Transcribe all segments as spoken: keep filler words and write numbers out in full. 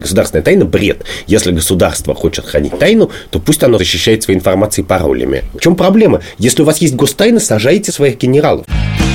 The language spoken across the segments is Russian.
Государственная тайна – бред. Если государство хочет хранить тайну, то пусть оно защищает своей информацией паролями. В чем проблема? Если у вас есть гостайна, сажайте своих генералов.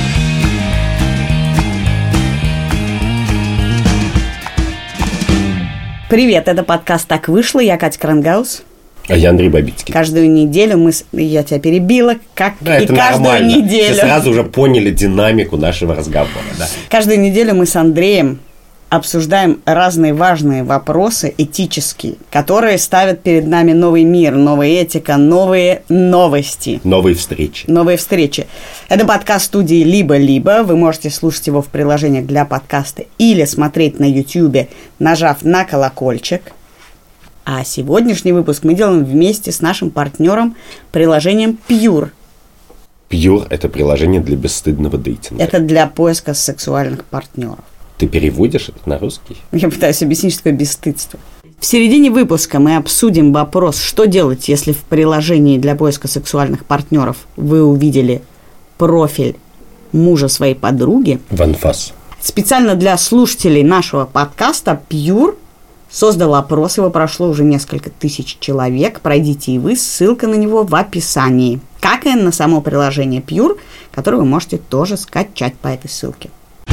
Привет, это подкаст «Так вышло». Я Катя Крангаус. А я Андрей Бабицкий. Каждую неделю мы... Я тебя перебила, как да, и это каждую нормально. неделю. Все сразу уже поняли динамику нашего разговора. Да? Каждую неделю мы с Андреем обсуждаем разные важные вопросы этические, которые ставят перед нами новый мир, новая этика, новые новости. Новые встречи. Новые встречи. Это подкаст студии «Либо-либо». Вы можете слушать его в приложениях для подкаста или смотреть на YouTube, нажав на колокольчик. А сегодняшний выпуск мы делаем вместе с нашим партнером, приложением Pure. Pure – это приложение для бесстыдного дейтинга. Это для поиска сексуальных партнеров. Ты переводишь это на русский? Я пытаюсь объяснить, что такое бесстыдство. В середине выпуска мы обсудим вопрос, что делать, если в приложении для поиска сексуальных партнеров вы увидели профиль мужа своей подруги. В анфас. Специально для слушателей нашего подкаста Pure создал опрос, его прошло уже несколько тысяч человек. Пройдите и вы, ссылка на него в описании. Как и на само приложение Pure, которое вы можете тоже скачать по этой ссылке.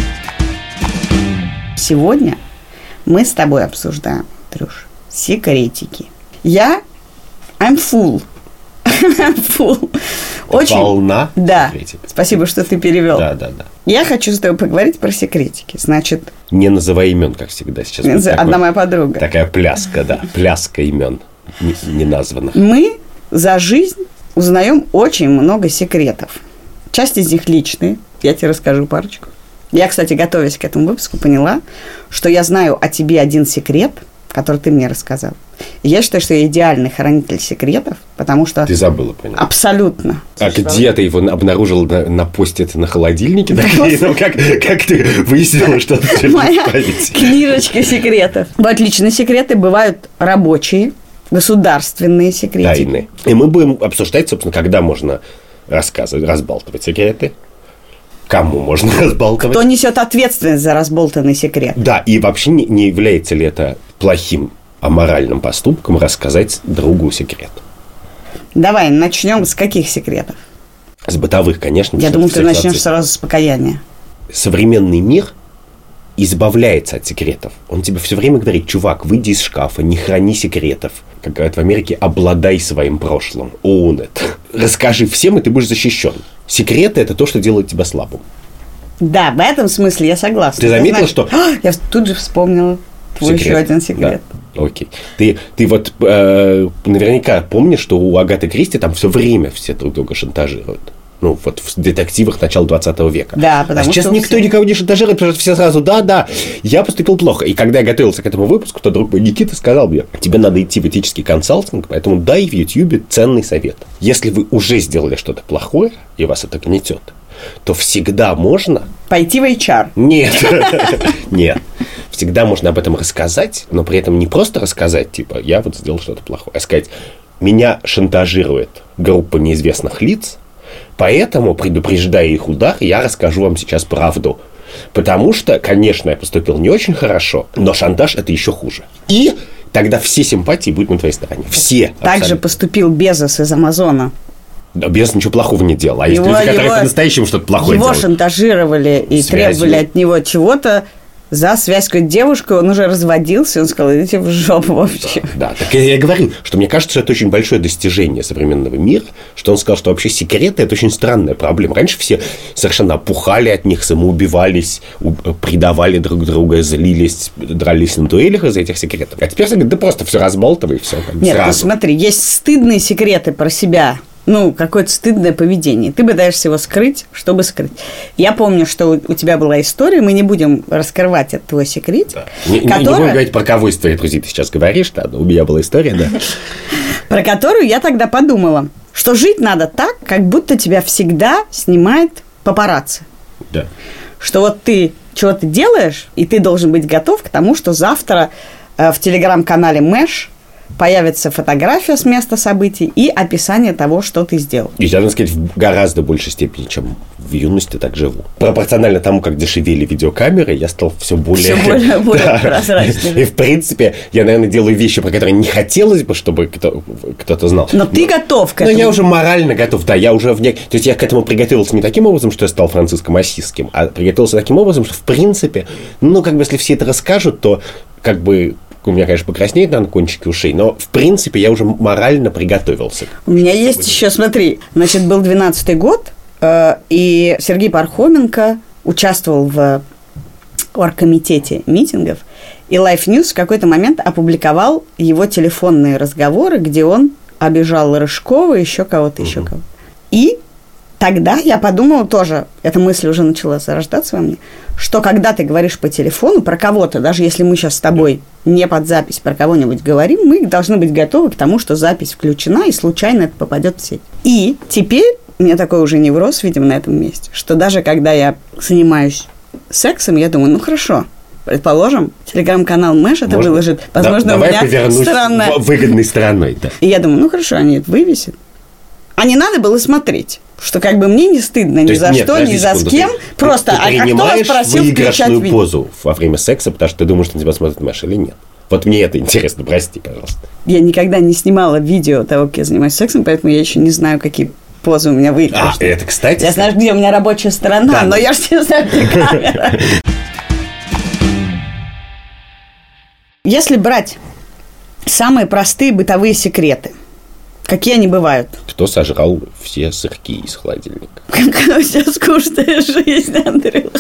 Сегодня мы с тобой обсуждаем, Трюш, секретики. Я I'm full. I'm full. Очень... Волна да. секретиков. Спасибо, что ты перевел. Да, да, да. Я хочу с тобой поговорить про секретики. Значит... Не называй имен, как всегда. Сейчас Одна такой, моя подруга. Такая пляска, да. Пляска имен неназванных. Мы за жизнь узнаем очень много секретов. Часть из них личные. Я тебе расскажу парочку. Я, кстати, готовясь к этому выпуску, поняла, что я знаю о тебе один секрет, который ты мне рассказал. И я считаю, что я идеальный хранитель секретов, потому что... Ты забыла про него. Абсолютно. А где ты его обнаружила на, на посте на холодильнике? Ну, как, как ты выяснила, что ты моя книжечка секретов. Вот личные секреты бывают рабочие, государственные секреты. Тайны. И мы будем обсуждать, собственно, когда можно рассказывать, разбалтывать секреты. Кому можно разбалтывать? Кто несет ответственность за разболтанный секрет? Да, и вообще не, не является ли это плохим, аморальным поступком рассказать другу секрет? Давай, начнем с каких секретов? С бытовых, конечно. Я думал, ты начнешь сразу с покаяния. Современный мир избавляется от секретов. Он тебе все время говорит: чувак, выйди из шкафа, не храни секретов. Как говорят в Америке, обладай своим прошлым. Own it. Расскажи всем, и ты будешь защищен. Секреты – это то, что делает тебя слабым. Да, в этом смысле я согласна. Ты заметила, что... Я тут же вспомнила твой еще один секрет. Да. Окей. Ты, ты вот э, наверняка помнишь, что у Агаты Кристи там все время все друг друга шантажируют. Ну, вот в детективах начала двадцатого века. Да, потому а сейчас что никто все... никого не шантажирует, потому что все сразу: да, да, я поступил плохо. И когда я готовился к этому выпуску, то друг мой Никита сказал мне: тебе надо идти в этический консалтинг, поэтому дай в Ютьюбе ценный совет. Если вы уже сделали что-то плохое, и вас это гнетет, то всегда можно... Пойти в эйч ар. Нет, нет. Всегда можно об этом рассказать, но при этом не просто рассказать, типа, я вот сделал что-то плохое, а сказать: меня шантажирует группа неизвестных лиц, поэтому, предупреждая их удар, я расскажу вам сейчас правду. Потому что, конечно, я поступил не очень хорошо, но шантаж – это еще хуже. И тогда все симпатии будут на твоей стороне. Все. Так абсолютно. Же поступил Безос из Амазона. Да, Безос ничего плохого не делал. А его, есть люди, которые его, по-настоящему что-то плохое его делают. Его шантажировали и Связью. Требовали от него чего-то за связь с какой-то девушкой. Он уже разводился, он сказал: идите в жопу вообще. Да, да, так я и говорю, что мне кажется, что это очень большое достижение современного мира, что он сказал, что вообще секреты – это очень странная проблема. Раньше все совершенно опухали от них, самоубивались, предавали друг друга, злились, дрались на дуэлях из-за этих секретов. А теперь говорят: да просто все разболтывай, и все. Нет, сразу. Ну смотри, есть стыдные секреты про себя. Ну, какое-то стыдное поведение. Ты пытаешься его скрыть, чтобы скрыть. Я помню, что у тебя была история, мы не будем раскрывать этот твой секрет. Да. Не, которая... не будем говорить, про кого из твоих друзей ты сейчас говоришь, да, но у меня была история, да. Про которую я тогда подумала, что жить надо так, как будто тебя всегда снимает папарацци. Да. Что вот ты чего-то делаешь, и ты должен быть готов к тому, что завтра в телеграм-канале Мэш появится фотография с места событий и описание того, что ты сделал. И я, надо сказать, в гораздо большей степени, чем в юности так живу. Пропорционально тому, как дешевели видеокамеры, я стал все более... Все более, более да. прозрачным. И, в принципе, я, наверное, делаю вещи, про которые не хотелось бы, чтобы кто- кто-то знал. Но, Но ты готов к этому. этому. Но я уже морально готов, да. Я уже в не... То есть, я к этому приготовился не таким образом, что я стал Франциском Ассизским, а приготовился таким образом, что, в принципе, ну, как бы, если все это расскажут, то, как бы... У меня, конечно, покраснеет, наверное, кончики ушей, но, в принципе, я уже морально приготовился. У меня есть будет. еще, смотри, значит, был двенадцатый год, э, и Сергей Пархоменко участвовал в оргкомитете митингов, и Life News в какой-то момент опубликовал его телефонные разговоры, где он обижал Рыжкова, еще кого-то, еще угу. кого-то. И тогда я подумала тоже, эта мысль уже начала зарождаться во мне, что когда ты говоришь по телефону про кого-то, даже если мы сейчас с тобой не под запись про кого-нибудь говорим, мы должны быть готовы к тому, что запись включена, и случайно это попадет в сеть. И теперь у меня такой уже невроз, видимо, на этом месте, что даже когда я занимаюсь сексом, я думаю, ну хорошо, предположим, телеграм-канал Мэш это Можно? выложит, возможно, да, у меня странная... выгодной стороной. Да. И я думаю, ну хорошо, они это вывесят. А не надо было смотреть, что как бы мне не стыдно ни за нет, что, ни за секунду, с кем. Ты, просто, ты, ты а кто вас просил включать видео? Позу во время секса, потому что ты думаешь, что на тебя смотрит Мэш или нет. Вот мне это интересно, прости, пожалуйста. Я никогда не снимала видео того, как я занимаюсь сексом, поэтому я еще не знаю, какие позы у меня выигрышные. А, это, кстати... Я знаю, где у меня рабочая сторона, да, но я же не знаю, где камера. Если брать самые простые бытовые секреты, какие они бывают? Кто сожрал все сырки из холодильника? Какая у тебя скучная жизнь, Андрюха.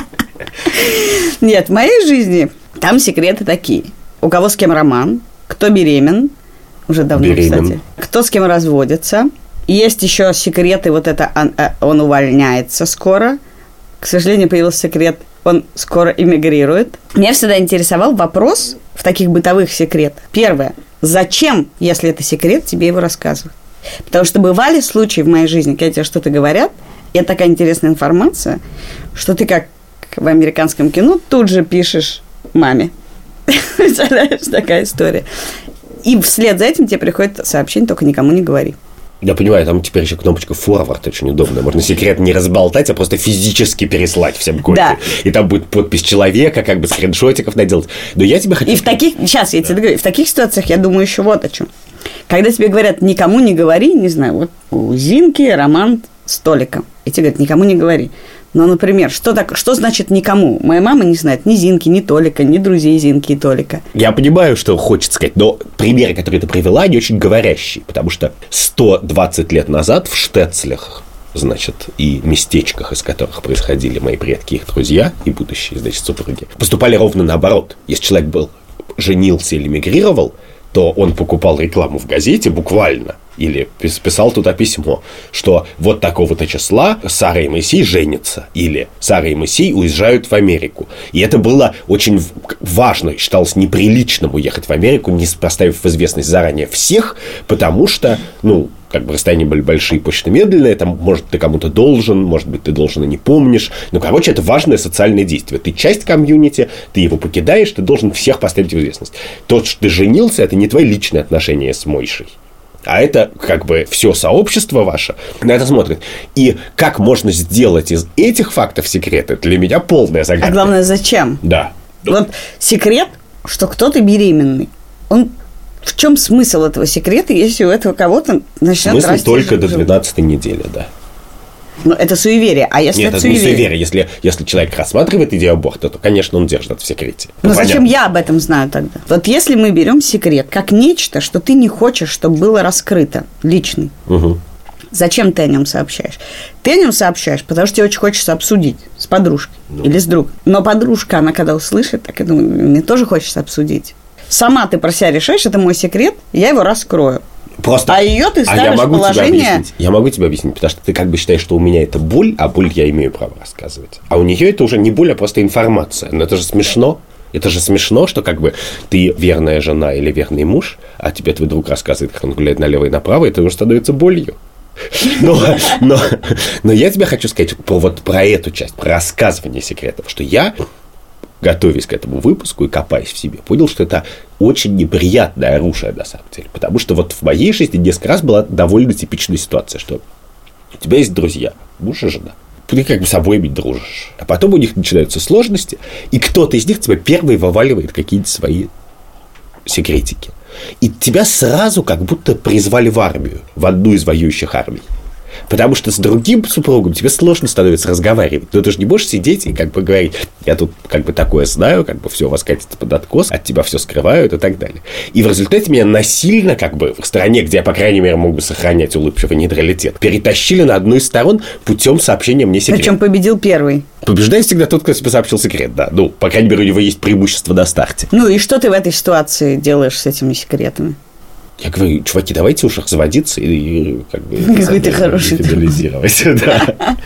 Нет, в моей жизни там секреты такие. У кого с кем роман, кто беременен, уже давно, беремен. Кстати, кто с кем разводится. Есть еще секреты, вот это он, он увольняется скоро. К сожалению, появился секрет, он скоро эмигрирует. Меня всегда интересовал вопрос в таких бытовых секретах. Первое. Зачем, если это секрет, тебе его рассказывают? Потому что бывали случаи в моей жизни, когда тебе что-то говорят, и это такая интересная информация, что ты как в американском кино тут же пишешь маме. Представляешь, такая история. И вслед за этим тебе приходит сообщение, только никому не говори. Я понимаю, там теперь еще кнопочка «Форвард» очень удобная. Можно секрет не разболтать, а просто физически переслать всем копии. Да. И там будет подпись человека, как бы скриншотиков наделать. Но я тебе хочу... И в таких... Сейчас я да. тебе говорю. В таких ситуациях я думаю еще вот о чем. Когда тебе говорят «никому не говори», не знаю, вот у Зинки роман с Толиком. И тебе говорят «никому не говори». Но, например, что, так, что значит никому? Моя мама не знает ни Зинки, ни Толика, ни друзей Зинки и Толика. Я понимаю, что хочется сказать, но примеры, которые ты привела, они очень говорящие. Потому что сто двадцать лет назад в Штецлях, значит, и местечках, из которых происходили мои предки, их друзья и будущие, значит, супруги, поступали ровно наоборот. Если человек был, женился или мигрировал, то он покупал рекламу в газете буквально, или писал туда письмо, что вот такого-то числа Сара и Моисей женятся, или Сара и Моисей уезжают в Америку. И это было очень важно, считалось неприличным уехать в Америку, не поставив в известность заранее всех, потому что, ну, как бы расстояния были большие, почта медленная, там, может, ты кому-то должен, может быть, ты должен и не помнишь. Ну, короче, это важное социальное действие. Ты часть комьюнити, ты его покидаешь, ты должен всех поставить в известность. То, что ты женился, это не твои личные отношения с Мойшей. А это как бы все сообщество ваше на это смотрит. И как можно сделать из этих фактов секреты, для меня полная загадка. А главное, зачем? Да. Вот секрет, что кто-то беременный. Он... В чем смысл этого секрета, если у этого кого-то начнет расти? Смысл только до двенадцатой недели, да. Ну, это суеверие. А если Нет, это, это суеверие? не суеверие. Если, если человек рассматривает идею аборта, то, конечно, он держит это в секрете. Но ну, зачем я об этом знаю тогда? Вот если мы берем секрет как нечто, что ты не хочешь, чтобы было раскрыто, личный, угу. Зачем ты о нем сообщаешь? Ты о нем сообщаешь, потому что тебе очень хочется обсудить с подружкой ну. или с другом. Но подружка, она когда услышит, так я думаю, мне тоже хочется обсудить. Сама ты про себя решаешь, это мой секрет, я его раскрою. Просто... А ее ты ставишь а я могу в положение... Тебя объяснить. Я могу тебе объяснить, потому что ты как бы считаешь, что у меня это боль, а боль я имею право рассказывать. А у нее это уже не боль, а просто информация. Но это же смешно. Это же смешно, что как бы ты верная жена или верный муж, а тебе твой друг рассказывает, как он гуляет налево и направо, и это уже становится болью. Но, но, но я тебе хочу сказать про, вот, про эту часть, про рассказывание секретов, что я... готовясь к этому выпуску и копаясь в себе, понял, что это очень неприятное оружие, на самом деле. Потому что вот в моей жизни несколько раз была довольно типичная ситуация, что у тебя есть друзья, муж и жена. Ты как бы с обоими дружишь. А потом у них начинаются сложности, и кто-то из них тебе первый вываливает какие-то свои секретики. И тебя сразу как будто призвали в армию, в одну из воюющих армий. Потому что с другим супругом тебе сложно становится разговаривать. Но ты же не можешь сидеть и как бы говорить: я тут как бы такое знаю, как бы все у вас катится под откос, от тебя все скрывают и так далее. И в результате меня насильно, как бы в стране, где я, по крайней мере, мог бы сохранять улыбчивый нейтралитет, перетащили на одну из сторон путем сообщения мне секрета. Причем победил первый. Побеждает всегда тот, кто тебе сообщил секрет, да. Ну, по крайней мере, у него есть преимущество на старте. Ну и что ты в этой ситуации делаешь с этими секретами? Я говорю: чуваки, давайте уж разводиться и, и как бы... Какой ты хороший. Финализировать, да.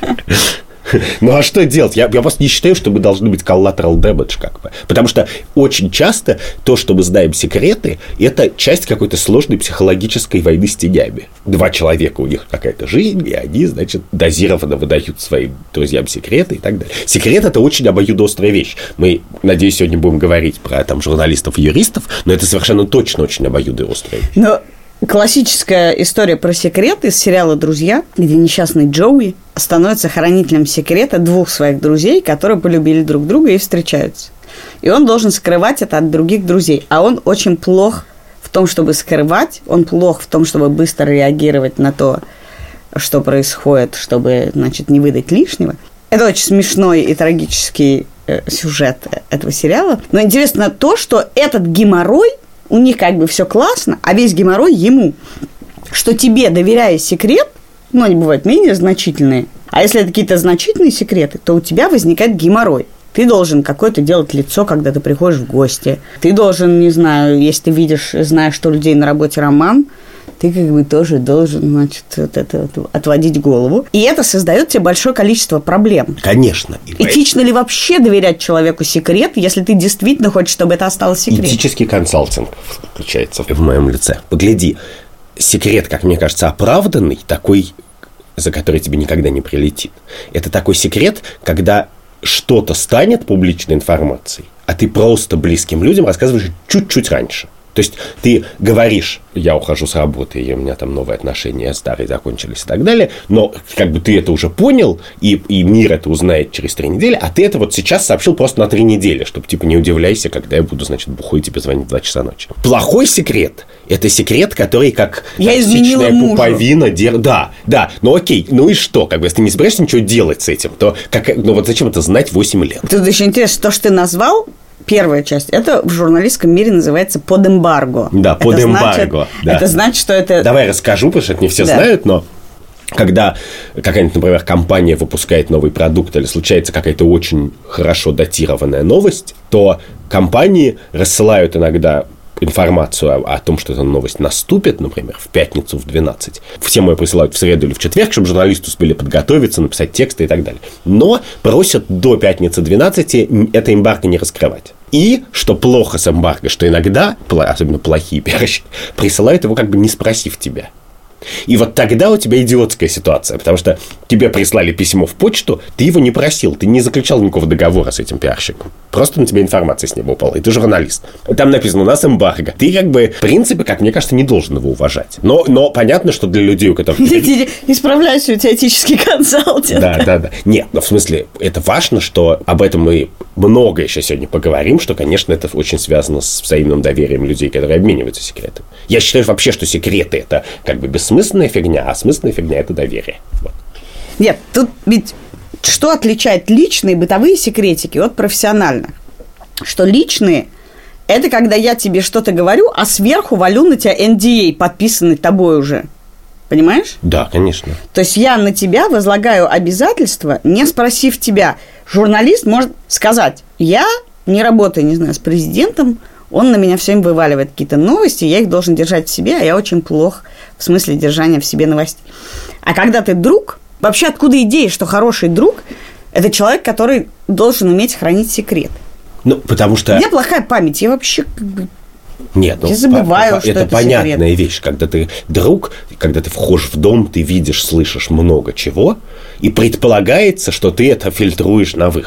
Ну, а что делать? Я, я просто не считаю, что мы должны быть collateral damage, как бы. Потому что очень часто то, что мы знаем секреты, это часть какой-то сложной психологической войны с тенями. Два человека, у них какая-то жизнь, и они, значит, дозированно выдают своим друзьям секреты и так далее. Секрет – это очень обоюдоострая вещь. Мы, надеюсь, сегодня будем говорить про там журналистов и юристов, но это совершенно точно очень обоюдоострая вещь. Но классическая история про секрет из сериала «Друзья», где несчастный Джоуи становится хранителем секрета двух своих друзей, которые полюбили друг друга и встречаются. И он должен скрывать это от других друзей. А он очень плох в том, чтобы скрывать, он плох в том, чтобы быстро реагировать на то, что происходит, чтобы, значит, не выдать лишнего. Это очень смешной и трагический э, сюжет этого сериала. Но интересно то, что этот геморрой, у них как бы все классно, а весь геморрой ему. Что тебе, доверяя секрет, ну, они бывают менее значительные, а если это какие-то значительные секреты, то у тебя возникает геморрой. Ты должен какое-то делать лицо, когда ты приходишь в гости. Ты должен, не знаю, если ты видишь, знаешь, что у людей на работе роман, ты как бы тоже должен, значит, вот это, вот, отводить голову. И это создает тебе большое количество проблем. Конечно. Этично ли вообще доверять человеку секрет, если ты действительно хочешь, чтобы это осталось секретом? Этический консалтинг включается в моем лице. Погляди, секрет, как мне кажется, оправданный, такой, за который тебе никогда не прилетит. Это такой секрет, когда что-то станет публичной информацией, а ты просто близким людям рассказываешь чуть-чуть раньше. То есть ты говоришь: я ухожу с работы, и у меня там новые отношения, старые закончились и так далее, но как бы ты это уже понял, и, и мир это узнает через три недели, а ты это вот сейчас сообщил просто на три недели, чтобы типа не удивляйся, когда я буду, значит, бухой тебе звонить в два часа ночи. Плохой секрет – это секрет, который как я изменила мужу. Пуповина дел... Да, да, ну окей, ну и что? Как бы, если ты не собираешься ничего делать с этим, то как... ну вот зачем это знать восемь лет? Тут еще интересно, то, что ты назвал. Первая часть, это в журналистском мире называется под эмбарго. Да, под это эмбарго. Значит, да. Это значит, что это... Давай расскажу, потому что это не все да. знают, но когда какая-нибудь, например, компания выпускает новый продукт или случается какая-то очень хорошо датированная новость, то компании рассылают иногда информацию о, о том, что эта новость наступит, например, в пятницу в двенадцать. Всем ее присылают в среду или в четверг, чтобы журналисты успели подготовиться, написать тексты и так далее. Но просят до пятницы двенадцати это эмбарго не раскрывать. И, что плохо с эмбарго, что иногда, особенно плохие пиарщики, присылают его как бы не спросив тебя. И вот тогда у тебя идиотская ситуация, потому что тебе прислали письмо в почту, ты его не просил, ты не заключал никакого договора с этим пиарщиком. Просто на тебя информация с неба упала, и ты журналист. Там написано: у нас эмбарго. Ты как бы, в принципе, как мне кажется, не должен его уважать. Но, но понятно, что для людей, у которых... Исправляйся, у тебя этический консалтинг. Да, да, да. Нет, но в смысле, это важно, что об этом мы много еще сегодня поговорим, что, конечно, это очень связано с взаимным доверием людей, которые обмениваются секретами. Я считаю вообще, что секреты – это как бы бессмысленная фигня, а смысленная фигня – это доверие. Вот. Нет, тут ведь что отличает личные бытовые секретики от профессиональных? Что личные – это когда я тебе что-то говорю, а сверху валю на тебя эн ди эй, подписанный тобой уже. Понимаешь? Да, конечно. То есть я на тебя возлагаю обязательства, не спросив тебя. Журналист может сказать: я не работаю, не знаю, с президентом, он на меня все время вываливает какие-то новости, я их должен держать в себе, а я очень плох в смысле держания в себе новостей. А когда ты друг, вообще откуда идея, что хороший друг – это человек, который должен уметь хранить секрет? Ну, потому что... У меня плохая память, я вообще как бы... Нет, ну, я забываю, по- по- что это, это понятная секрет. Вещь, когда ты друг, когда ты входишь в дом, ты видишь, слышишь много чего, и предполагается, что ты это фильтруешь на выходе.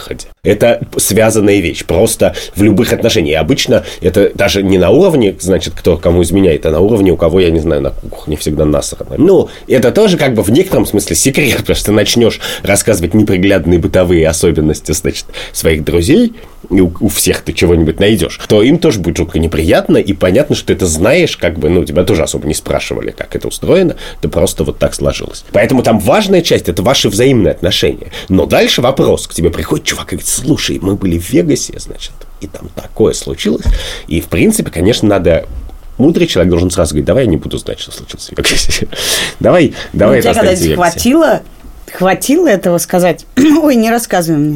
Это связанная вещь, просто в любых отношениях. И обычно это даже не на уровне, значит, кто кому изменяет, а на уровне, у кого, я не знаю, на кухне всегда насрано. Ну, это тоже как бы в некотором смысле секрет, потому что ты начнешь рассказывать неприглядные бытовые особенности, значит, своих друзей, и у, у всех ты чего-нибудь найдешь, то им тоже будет жутко неприятно, и понятно, что ты это знаешь, как бы, ну, тебя тоже особо не спрашивали, как это устроено, это просто вот так сложилось. Поэтому там важная часть – это ваши взаимные отношения. Но дальше вопрос, к тебе приходит чувак и говорит: слушай, мы были в Вегасе, значит, и там такое случилось. И, в принципе, конечно, надо... Мудрый человек должен сразу говорить: давай я не буду знать, что случилось в Вегасе. Давай, давай это останется в Вегасе. Хватило, хватило этого сказать: ой, не рассказывай мне.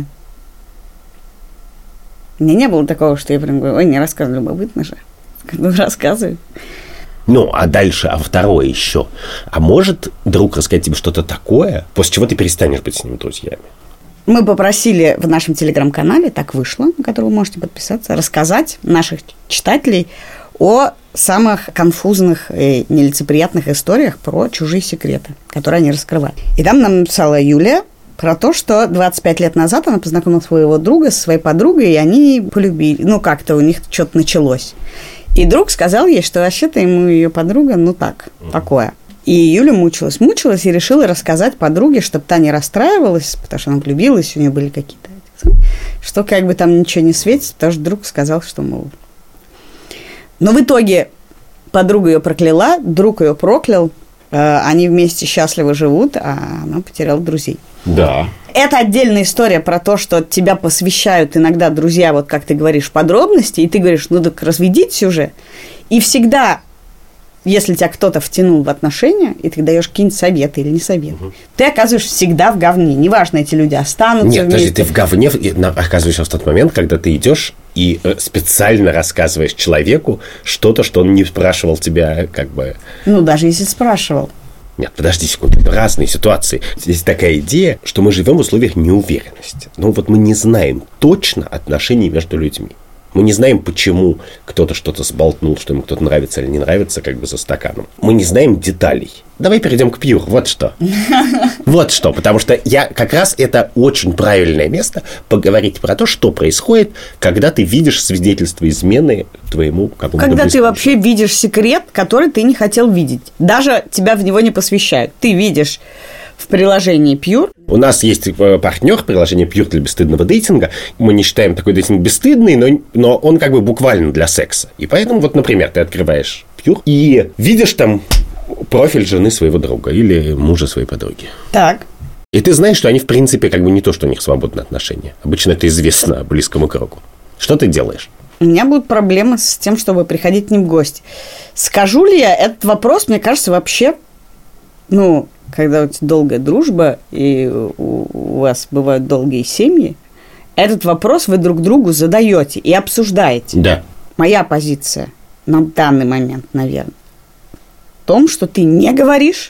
У меня не было такого, что я прям говорю: ой, не рассказывай, любопытно же. Ну, рассказывай. Ну, а дальше, а второе еще. А может друг рассказать тебе что-то такое, после чего ты перестанешь быть с ним друзьями? Мы попросили в нашем телеграм-канале, так вышло, на который вы можете подписаться, рассказать наших читателей о самых конфузных и нелицеприятных историях про чужие секреты, которые они раскрывали. И там нам написала Юлия про то, что двадцать пять лет назад она познакомила своего друга со своей подругой, и они полюбили. Ну, как-то у них что-то началось. И друг сказал ей, что вообще-то ему ее подруга, ну так, такое. И Юля мучилась, мучилась и решила рассказать подруге, чтобы та не расстраивалась, потому что она влюбилась, у нее были какие-то... Что как бы там ничего не светит, потому что друг сказал, что, мол... Но в итоге подруга ее прокляла, друг ее проклял, э, они вместе счастливо живут, а она потеряла друзей. Да. Это отдельная история про то, что тебя посвящают иногда друзья, вот как ты говоришь, в подробности, и ты говоришь: ну так разведитесь уже. И всегда... Если тебя кто-то втянул в отношения, и ты даешь какие-нибудь советы или не советы, угу. ты оказываешься всегда в говне. Неважно, эти люди останутся Нет, вместе. подожди, ты в говне оказываешься в тот момент, когда ты идешь и специально рассказываешь человеку что-то, что он не спрашивал тебя, как бы... Ну, даже если спрашивал. Нет, подожди секунду, это разные ситуации. Здесь такая идея, что мы живем в условиях неуверенности. Ну, вот мы не знаем точно отношений между людьми. Мы не знаем, почему кто-то что-то сболтнул, что ему кто-то нравится или не нравится, как бы за стаканом. Мы не знаем деталей. Давай перейдем к Пьюр. Вот что. Вот что. Потому что я как раз это очень правильное место поговорить про то, что происходит, когда ты видишь свидетельство измены твоему какому-то Когда близкому. ты вообще видишь секрет, который ты не хотел видеть. Даже тебя в него не посвящают. Ты видишь в приложении Pure. У нас есть партнер приложения Pure для бесстыдного дейтинга. Мы не считаем такой дейтинг бесстыдный, но, но он как бы буквально для секса. И поэтому, вот, например, ты открываешь Pure и видишь там профиль жены своего друга или мужа своей подруги. Так. И ты знаешь, что они, в принципе, как бы не то, что у них свободные отношения. Обычно это известно близкому кругу. Что ты делаешь? У меня будут проблемы с тем, чтобы приходить к ним в гости. Скажу ли я этот вопрос, мне кажется, вообще, ну... Когда у тебя долгая дружба, и у вас бывают долгие семьи, этот вопрос вы друг другу задаете и обсуждаете. Да. Моя позиция на данный момент, наверное, в том, что ты не говоришь,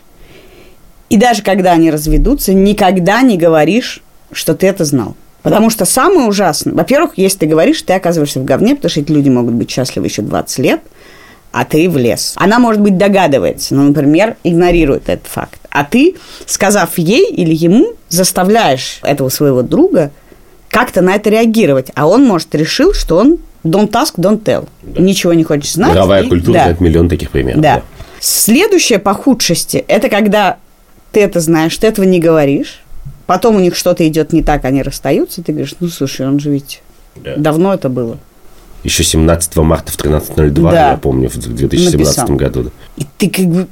и даже когда они разведутся, никогда не говоришь, что ты это знал. Потому что самое ужасное, во-первых, если ты говоришь, ты оказываешься в говне, потому что эти люди могут быть счастливы еще двадцать лет, а ты влез. Она, может быть, догадывается, но, например, игнорирует этот факт. А ты, сказав ей или ему, заставляешь этого своего друга как-то на это реагировать. А он, может, решил, что он don't ask, don't tell. Да. Ничего не хочет знать. Мировая и... культура да. знает миллион таких примеров. Да. Да. Следующее по худшести – это когда ты это знаешь, ты этого не говоришь, потом у них что-то идет не так, они расстаются, и ты говоришь: ну, слушай, он же ведь да. давно это было. Еще семнадцатого марта в тринадцать ноль два, да. я помню, в две тысячи семнадцатом Написал. году. И ты как бы...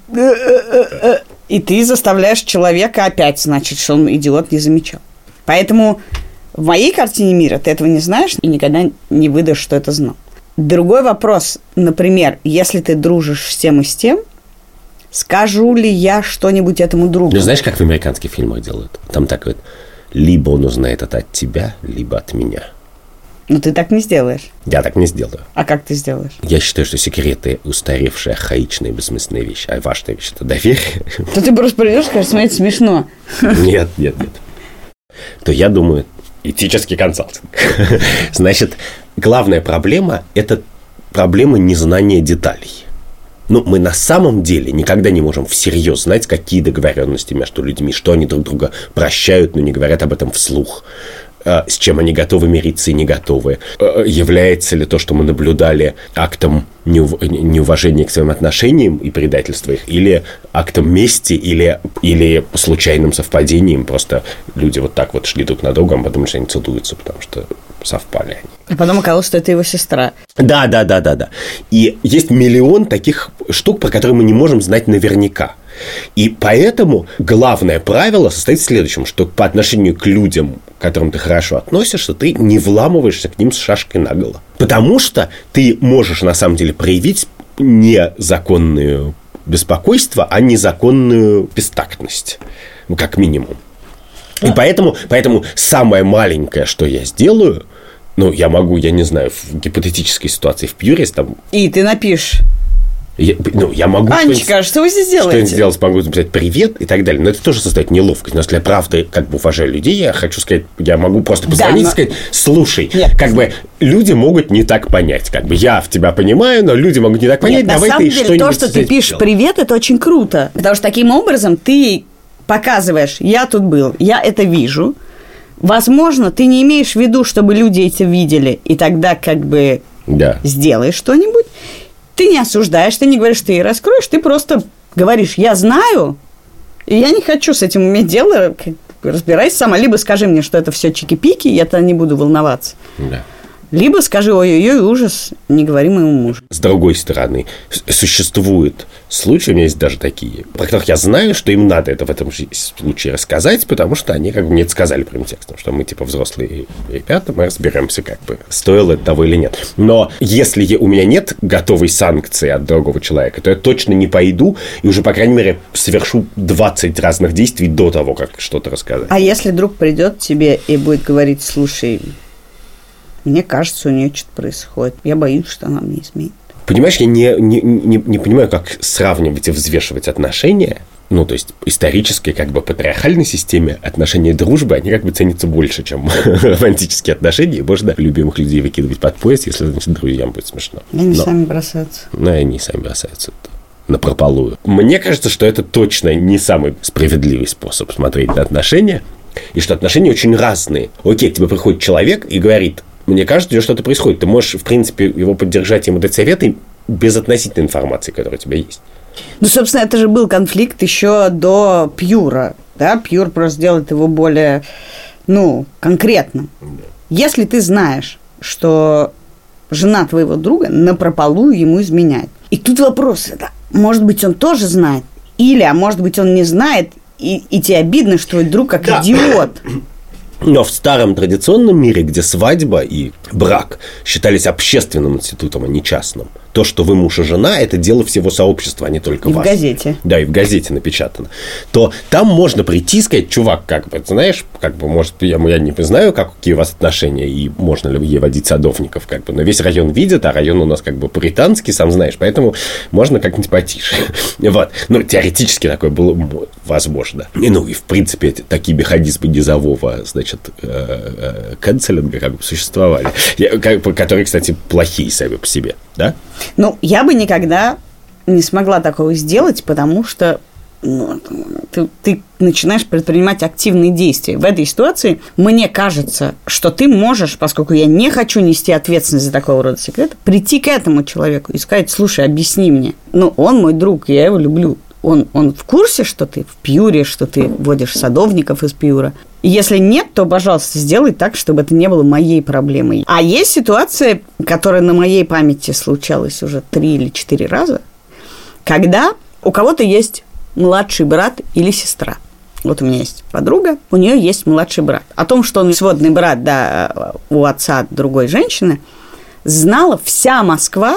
И ты заставляешь человека опять, значит, что он, идиот, не замечал. Поэтому в моей картине мира ты этого не знаешь и никогда не выдашь, что это знал. Другой вопрос, например, если ты дружишь с тем и с тем, скажу ли я что-нибудь этому другу? Ну, знаешь, как в американских фильмах делают? Там так вот, либо он узнает это от тебя, либо от меня. Но ты так не сделаешь. Я так не сделаю. А как ты сделаешь? Я считаю, что секреты устаревшие, архаичные, бессмысленная вещь. А важная вещь – это доверие. То ты просто придешь и скажешь: смотрите, смешно. Нет, нет, нет. То я думаю, этический консалтинг. Значит, главная проблема – это проблема незнания деталей. Ну, мы на самом деле никогда не можем всерьез знать, какие договоренности между людьми, что они друг друга прощают, но не говорят об этом вслух. с чем они готовы мириться и не готовы. Является ли то, что мы наблюдали, актом неуважения к своим отношениям и предательства их, или актом мести, или, или случайным совпадением. Просто люди вот так вот шли друг на друга, а потом что они целуются, потому что совпали они. А потом оказалось, что это его сестра. Да, да, да, да, да. И есть миллион таких штук, про которые мы не можем знать наверняка. И поэтому главное правило состоит в следующем, что по отношению к людям, к которым ты хорошо относишься, ты не вламываешься к ним с шашкой наголо. Потому что ты можешь на самом деле проявить не законное беспокойство, а незаконную бестактность, как минимум. И поэтому, поэтому самое маленькое, что я сделаю, ну, я могу, я не знаю, в гипотетической ситуации в Пьюре там... И ты напишешь... Я, ну, я могу Анечка, что вы здесь делаете? Что-нибудь сделать, могу написать привет и так далее. Но это тоже создает неловкость. Но если я правда как бы уважаю людей, я хочу сказать, я могу просто позвонить, да, но... и сказать, слушай, Нет. как бы люди могут не так понять. Как бы я в тебя понимаю, но люди могут не так понять. Нет, Давай на самом ты деле, что-нибудь то, что ты пишешь сделай. Привет, это очень круто. Потому что таким образом ты показываешь, я тут был, я это вижу. Возможно, ты не имеешь в виду, чтобы люди это видели, и тогда как бы да. сделаешь что-нибудь. Ты не осуждаешь, ты не говоришь, ты раскроешь, ты просто говоришь, я знаю, и я не хочу с этим иметь дело, разбирайся сама. Либо скажи мне, что это все чики-пики, я тогда не буду волноваться. Да. Либо скажи, ой-ой-ой, ужас, не говори моему мужу. С другой стороны, существуют случаи, у меня есть даже такие, про которых я знаю, что им надо это в этом случае рассказать, потому что они как бы мне это сказали прямым текстом, что мы типа взрослые ребята, мы разберемся, как бы стоило это того или нет. Но если у меня нет готовой санкции от другого человека, то я точно не пойду и уже, по крайней мере, совершу двадцать разных действий до того, как что-то рассказать. А если друг придет к тебе и будет говорить, слушай... Мне кажется, у нее что-то происходит. Я боюсь, что она мне изменит. Понимаешь, я не, не, не, не понимаю, как сравнивать и взвешивать отношения. Ну, то есть, исторически, как бы, патриархальной системе отношения и дружбы, они как бы ценятся больше, чем романтические отношения. И можно любимых людей выкидывать под пояс, если, значит, друзьям будет смешно. И они Но, сами бросаются. Ну, и они сами бросаются напропалую. Мне кажется, что это точно не самый справедливый способ смотреть на отношения. И что отношения очень разные. Окей, к тебе приходит человек и говорит... Мне кажется, у тебя что-то происходит. Ты можешь, в принципе, его поддержать, ему дать советы без относительной информации, которая у тебя есть. Ну, собственно, это же был конфликт еще до Пьюра. Да? Пьюр просто делает его более, ну, конкретным. Да. Если ты знаешь, что жена твоего друга напропалую ему изменяет. И тут вопрос, да, может быть, он тоже знает. Или, а может быть, он не знает, и, и тебе обидно, что твой друг как да. идиот. Но в старом традиционном мире, где свадьба и брак считались общественным институтом, а не частным, то, что вы муж и жена, это дело всего сообщества, а не только и вас. В газете. Да, и в газете напечатано. То там можно прийти и сказать, чувак, как бы, знаешь, как бы, может, я, я не знаю, как, какие у вас отношения, и можно ли ей водить садовников, как бы, но весь район видит, а район у нас как бы пуританский, сам знаешь, поэтому можно как-нибудь потише. Вот. Ну, теоретически такое было возможно. И, ну, и, в принципе, такие механизмы низового, значит, канцелинга как бы существовали, которые, кстати, плохие сами по себе, да? Ну, я бы никогда не смогла такого сделать, потому что ну, ты, ты начинаешь предпринимать активные действия. В этой ситуации мне кажется, что ты можешь, поскольку я не хочу нести ответственность за такого рода секреты, прийти к этому человеку и сказать, слушай, объясни мне. Ну, он мой друг, я его люблю. Он, он в курсе, что ты в Пьюре, что ты водишь садовников из Пьюра? И если нет, то, пожалуйста, сделай так, чтобы это не было моей проблемой. А есть ситуация, которая на моей памяти случалась уже три или четыре раза, когда у кого-то есть младший брат или сестра. Вот у меня есть подруга, у нее есть младший брат. О том, что он сводный брат, да, у отца другой женщины, знала вся Москва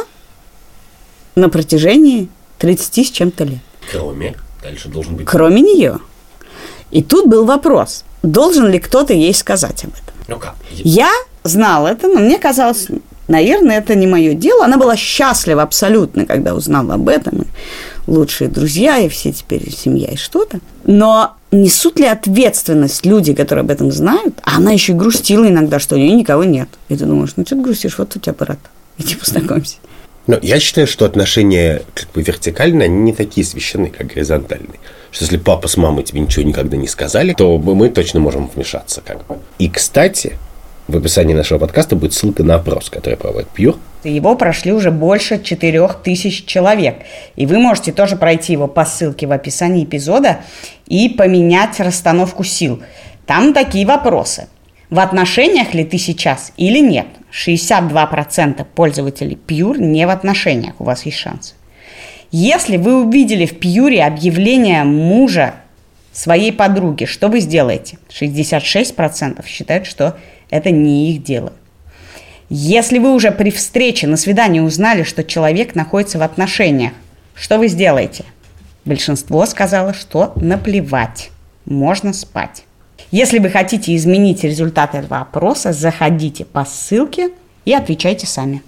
на протяжении тридцати с чем-то лет. Кроме, дальше должен быть... Кроме нее. И тут был вопрос, должен ли кто-то ей сказать об этом. Ну как? Я знала это, но мне казалось, наверное, это не мое дело. Она была счастлива абсолютно, когда узнала об этом. И лучшие друзья, и все теперь семья, и что-то. Но несут ли ответственность люди, которые об этом знают? А она еще и грустила иногда, что у нее никого нет. И ты думаешь, ну что ты грустишь, вот у тебя брат. Иди познакомься. Но я считаю, что отношения как бы вертикальные, они не такие священные, как горизонтальные. что если папа с мамой тебе ничего никогда не сказали, то мы точно можем вмешаться, как бы. И, кстати, в описании нашего подкаста будет ссылка на опрос, который проводит Pure. Его прошли уже больше четырех тысяч человек. И вы можете тоже пройти его по ссылке в описании эпизода и поменять расстановку сил. Там такие вопросы. В отношениях ли ты сейчас или нет? шестьдесят два процента пользователей Pure не в отношениях. У вас есть шанс. Если вы увидели в Pure объявление мужа своей подруги, что вы сделаете? шестьдесят шесть процентов считают, что это не их дело. Если вы уже при встрече на свидании узнали, что человек находится в отношениях, что вы сделаете? Большинство сказало, что наплевать, можно спать. Если вы хотите изменить результат этого опроса, заходите по ссылке и отвечайте сами.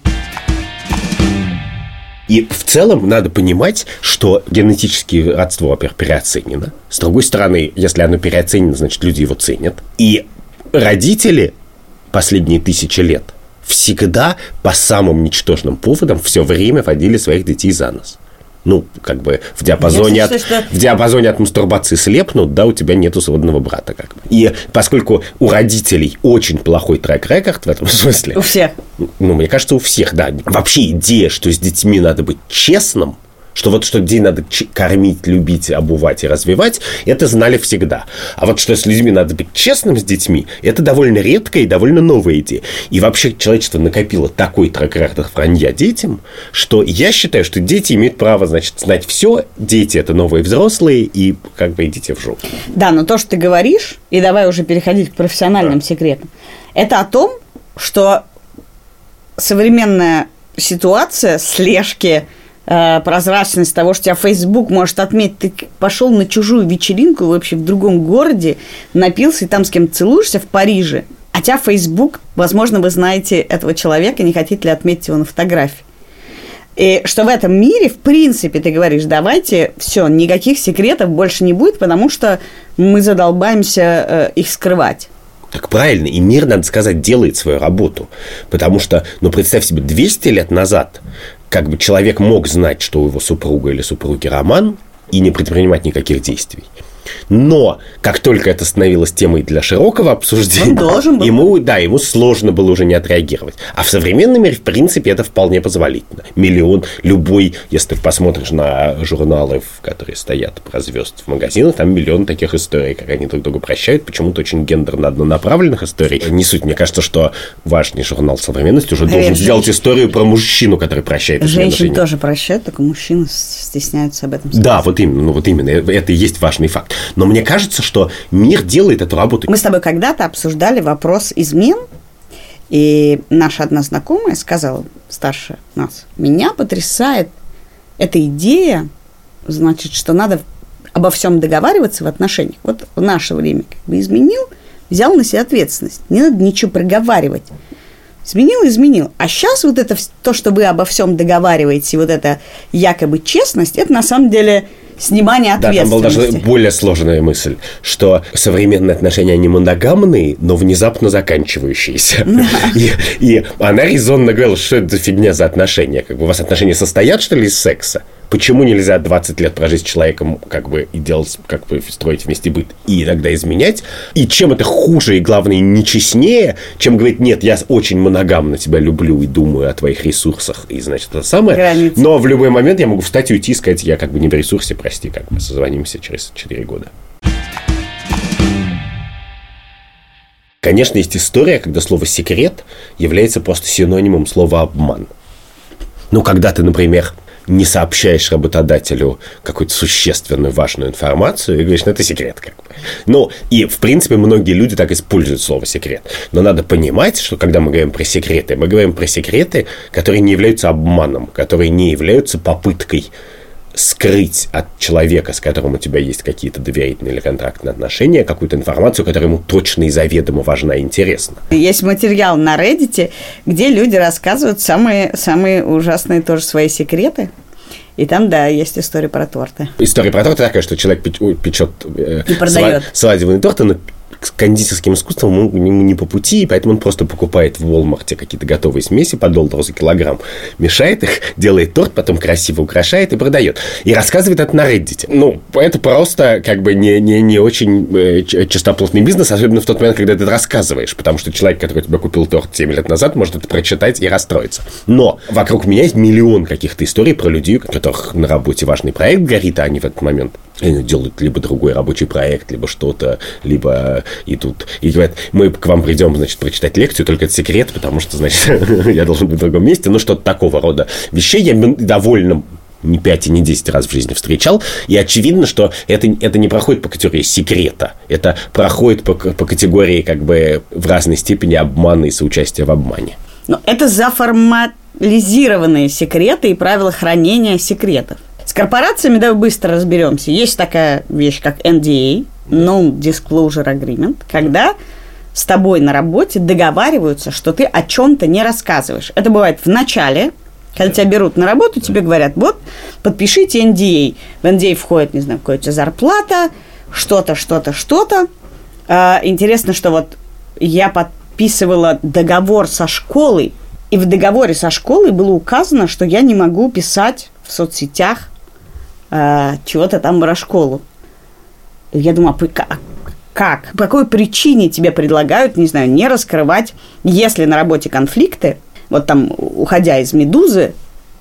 И в целом надо понимать, что генетическое родство, во-первых, переоценено. С другой стороны, если оно переоценено, значит, люди его ценят. И родители последние тысячи лет всегда по самым ничтожным поводам все время водили своих детей за нос. Ну, как бы в диапазоне, от, что... в диапазоне от мастурбации слепнут, да, у тебя нету сводного брата. Как бы. И поскольку у родителей очень плохой трек-рекорд в этом смысле... У всех. Ну, мне кажется, у всех, да. Вообще идея, что с детьми надо быть честным, что вот что детей надо кормить, любить, обувать и развивать, это знали всегда. А вот что с людьми надо быть честным с детьми, это довольно редкая и довольно новая идея. И вообще человечество накопило такой трек-рекорд вранья детям, что я считаю, что дети имеют право, значит, знать все. Дети – это новые взрослые, и как бы идите в жопу. Да, но то, что ты говоришь, и давай уже переходить к профессиональным да. секретам, это о том, что современная ситуация слежки, прозрачность того, что тебя Facebook может отметить, ты пошел на чужую вечеринку вообще в другом городе, напился и там с кем-то целуешься в Париже, а тебя Facebook, возможно, вы знаете этого человека, не хотите ли отметить его на фотографии. И что в этом мире, в принципе, ты говоришь, давайте, все, никаких секретов больше не будет, потому что мы задолбаемся э, их скрывать. Так правильно, и мир, надо сказать, делает свою работу. Потому что, ну, представь себе, двести лет назад как бы человек мог знать, что у его супруга или супруги роман, и не предпринимать никаких действий. Но как только это становилось темой для широкого обсуждения, ему, да, ему сложно было уже не отреагировать. А в современном мире, в принципе, это вполне позволительно. Миллион, любой, если ты посмотришь на журналы, которые стоят про звезд в магазинах, там миллион таких историй, как они друг друга прощают, почему-то очень гендерно однонаправленных историй. Не суть, мне кажется, что важный журнал современности уже должен сделать историю про мужчину, который прощает измену жене. Женщины тоже прощают, только мужчины стесняются об этом сказать. Да, вот именно, ну вот именно, это и есть важный факт. Но мне кажется, что мир делает эту работу. Мы с тобой когда-то обсуждали вопрос измен, и наша одна знакомая сказала, старше нас, меня потрясает эта идея, значит, что надо обо всем договариваться в отношениях. Вот в наше время как бы изменил, взял на себя ответственность. Не надо ничего проговаривать. Изменил, изменил. А сейчас вот это то, что вы обо всем договариваете, вот эта якобы честность, это на самом деле снимание ответственности. Да, там была даже более сложная мысль, что современные отношения, они моногамные, но внезапно заканчивающиеся. Да. И, и она резонно говорила, что это за фигня за отношения. Как бы у вас отношения состоят, что ли, из секса? Почему нельзя двадцать лет прожить с человеком, как бы, и делать, как бы, строить вместе быт, и иногда изменять? И чем это хуже и, главное, нечестнее, чем говорить, нет, я очень моногамно тебя люблю и думаю о твоих ресурсах, и, значит, это самое. Границы. Но в любой момент я могу встать и уйти и сказать, я как бы не в ресурсе, прости, как бы, созвонимся через четыре года. Конечно, есть история, когда слово «секрет» является просто синонимом слова «обман». Ну, когда ты, например, не сообщаешь работодателю какую-то существенную, важную информацию и говоришь, ну, это секрет как бы. Ну, и, в принципе, многие люди так используют слово «секрет». Но надо понимать, что, когда мы говорим про секреты, мы говорим про секреты, которые не являются обманом, которые не являются попыткой скрыть от человека, с которым у тебя есть какие-то доверительные или контрактные отношения, какую-то информацию, которая ему точно и заведомо важна и интересна. Есть материал на Reddit, где люди рассказывают самые, самые ужасные тоже свои секреты. И там, да, есть история про торты. История про торты такая, что человек печет и продает свадебные торты, но с кондитерским искусством ему, ему не по пути, и поэтому он просто покупает в Walmart какие-то готовые смеси по доллару за килограмм, мешает их, делает торт, потом красиво украшает и продает. И рассказывает это на Reddit. Ну, это просто как бы не, не, не очень э, чистоплотный бизнес, особенно в тот момент, когда ты это рассказываешь, потому что человек, который у тебя купил торт семь лет назад, может это прочитать и расстроиться. Но вокруг меня есть миллион каких-то историй про людей, у которых на работе важный проект горит, а они в этот момент делают либо другой рабочий проект, либо что-то, либо идут и говорят, мы к вам придем, значит, прочитать лекцию, только это секрет, потому что, значит, я должен быть в другом месте, ну, что-то такого рода вещей я довольно не пять и не десять раз в жизни встречал, и очевидно, что это, это не проходит по категории секрета, это проходит по, по категории как бы в разной степени обмана и соучастия в обмане. Но это заформализированные секреты и правила хранения секретов. С корпорациями давай быстро разберемся. Есть такая вещь, как эн ди эй, Non-Disclosure Agreement, когда с тобой на работе договариваются, что ты о чем-то не рассказываешь. Это бывает в начале, когда тебя берут на работу, тебе говорят, вот, подпишите эн ди эй. В эн ди эй входит, не знаю, какая-то зарплата, что-то, что-то, что-то. А, интересно, что вот я подписывала договор со школой, и в договоре со школой было указано, что я не могу писать в соцсетях а, чего-то там про школу. Я думаю, а как? По какой причине тебе предлагают, не знаю, не раскрывать, если на работе конфликты, вот там, уходя из «Медузы»,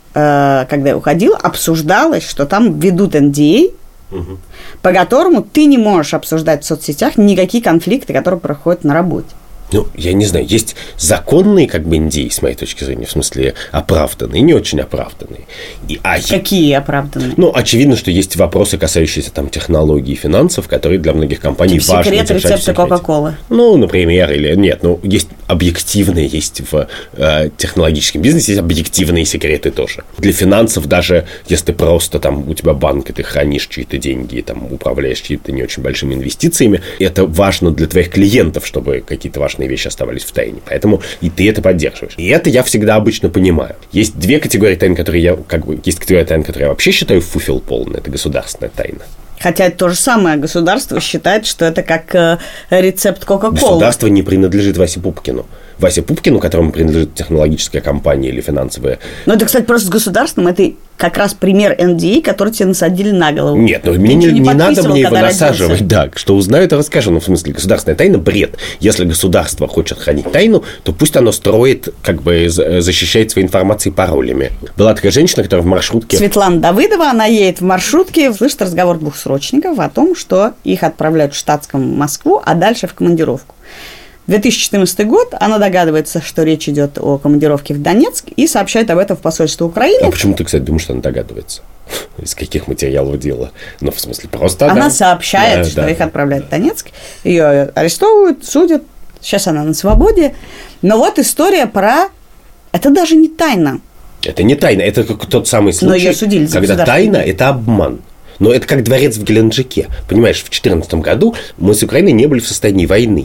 э, когда я уходила, обсуждалось, что там ведут эн ди эй, угу. по которому ты не можешь обсуждать в соцсетях никакие конфликты, которые проходят на работе. Ну, я не знаю, есть законные, как бы, эн ди эй, с моей точки зрения, в смысле оправданные, не очень оправданные. И, а, Какие оправданные? Ну, очевидно, что есть вопросы, кассающиеся там технологий и финансов, которые для многих компаний типа важны. Секрет рецепта Кока-Колы. Ну, например, или нет, ну, есть объективные, есть в э, технологическом бизнесе, есть объективные секреты тоже. Для финансов даже, если просто там у тебя банк, и ты хранишь чьи-то деньги, и там управляешь чьими-то не очень большими инвестициями, это важно для твоих клиентов, чтобы какие-то важные вещи оставались в тайне. Поэтому и ты это поддерживаешь. И это я всегда обычно понимаю. Есть две категории тайн, которые я, как бы, есть категория тайн, которые я вообще считаю фуфел полный. Это государственная тайна. Хотя это то же самое. Государство считает, что это как э, рецепт Кока-Колы. Государство не принадлежит Васе Пупкину. Васе Пупкину, которому принадлежит технологическая компания или финансовая. Ну, это, кстати, просто с государством. Это как раз пример эн ди эй, который тебе насадили на голову. Нет, ну мне не, не, не надо мне его насаживать. Да, что узнаю, это расскажу. Ну, в смысле, государственная тайна – бред. Если государство хочет хранить тайну, то пусть оно строит, как бы защищает свои информации паролями. Была такая женщина, которая в маршрутке... Светлана Давыдова, она едет в маршрутке, слышит разговор двух срочников о том, что их отправляют в штатском в Москву, а дальше в командировку. две тысячи четырнадцатый год, она догадывается, что речь идет о командировке в Донецк, и сообщает об этом в посольство Украины. А почему ты, кстати, думаешь, что она догадывается? Из каких материалов дело? Ну, в смысле, просто... Она да. сообщает, да, что да. их отправляют в Донецк, ее арестовывают, судят, сейчас она на свободе. Но вот история про... Это даже не тайна. Это не тайна, это как тот самый случай, Но ее судили за когда тайна – это обман. Но это как дворец в Геленджике. Понимаешь, в две тысячи четырнадцатом году мы с Украиной не были в состоянии войны.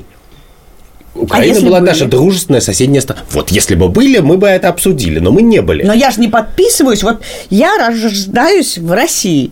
Украина а была были? Наша дружественная соседняя страна. Вот если бы были, мы бы это обсудили, но мы не были. Но я же не подписываюсь. Вот я рождаюсь в России.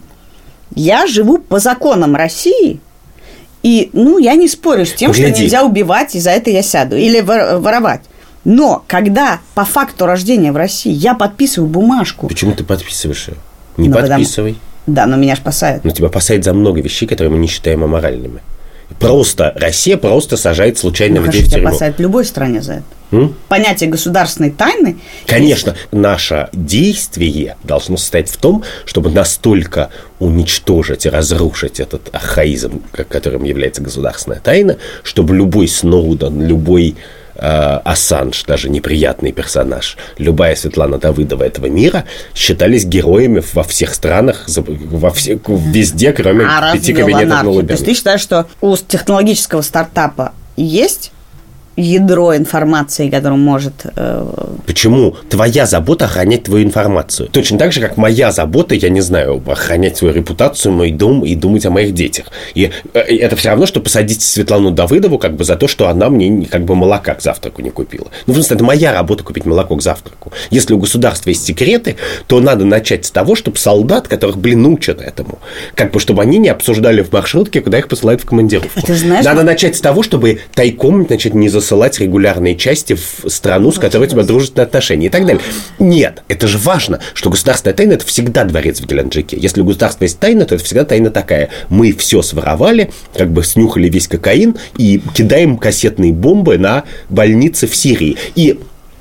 Я живу по законам России. И, ну, я не спорю с тем, Погляди. Что нельзя убивать, и за это я сяду. Или воровать. Но когда по факту рождения в России я подписываю бумажку... Почему ты подписываешь ее? Не ну, подписывай. Потому... Да, но меня ж посадят. Но тебя посадят за много вещей, которые мы не считаем аморальными. Просто Россия просто сажает случайно ну, людей в тюрьму. Тебя посадят в любой стране за это. М? Понятие государственной тайны... Конечно, есть... наше действие должно состоять в том, чтобы настолько уничтожить и разрушить этот архаизм, которым является государственная тайна, чтобы любой Сноуден, любой... Ассанж, даже неприятный персонаж, любая Светлана Давыдова этого мира считались героями во всех странах, во все, везде, кроме а пяти кабинетов на Лубянке. То есть ты считаешь, что у технологического стартапа есть ядро информации, которую может... Э... Почему твоя забота охранять твою информацию? Точно так же, как моя забота, я не знаю, охранять свою репутацию, мой дом и думать о моих детях. И это все равно, что посадить Светлану Давыдову как бы за то, что она мне как бы молока к завтраку не купила. Ну, в смысле, это моя работа купить молоко к завтраку. Если у государства есть секреты, то надо начать с того, чтобы солдат, которых, блин, учат этому, как бы, чтобы они не обсуждали в маршрутке, куда их посылают в командировку. А ты знаешь, надо начать с того, чтобы тайком, значит, не засылать регулярные части в страну, с которой у тебя дружественные отношения и так далее. Нет, это же важно, что государственная тайна – это всегда дворец в Геленджике. Если у государства есть тайна, то это всегда тайна такая. Мы все своровали, как бы снюхали весь кокаин и кидаем кассетные бомбы на больницы в Сирии. И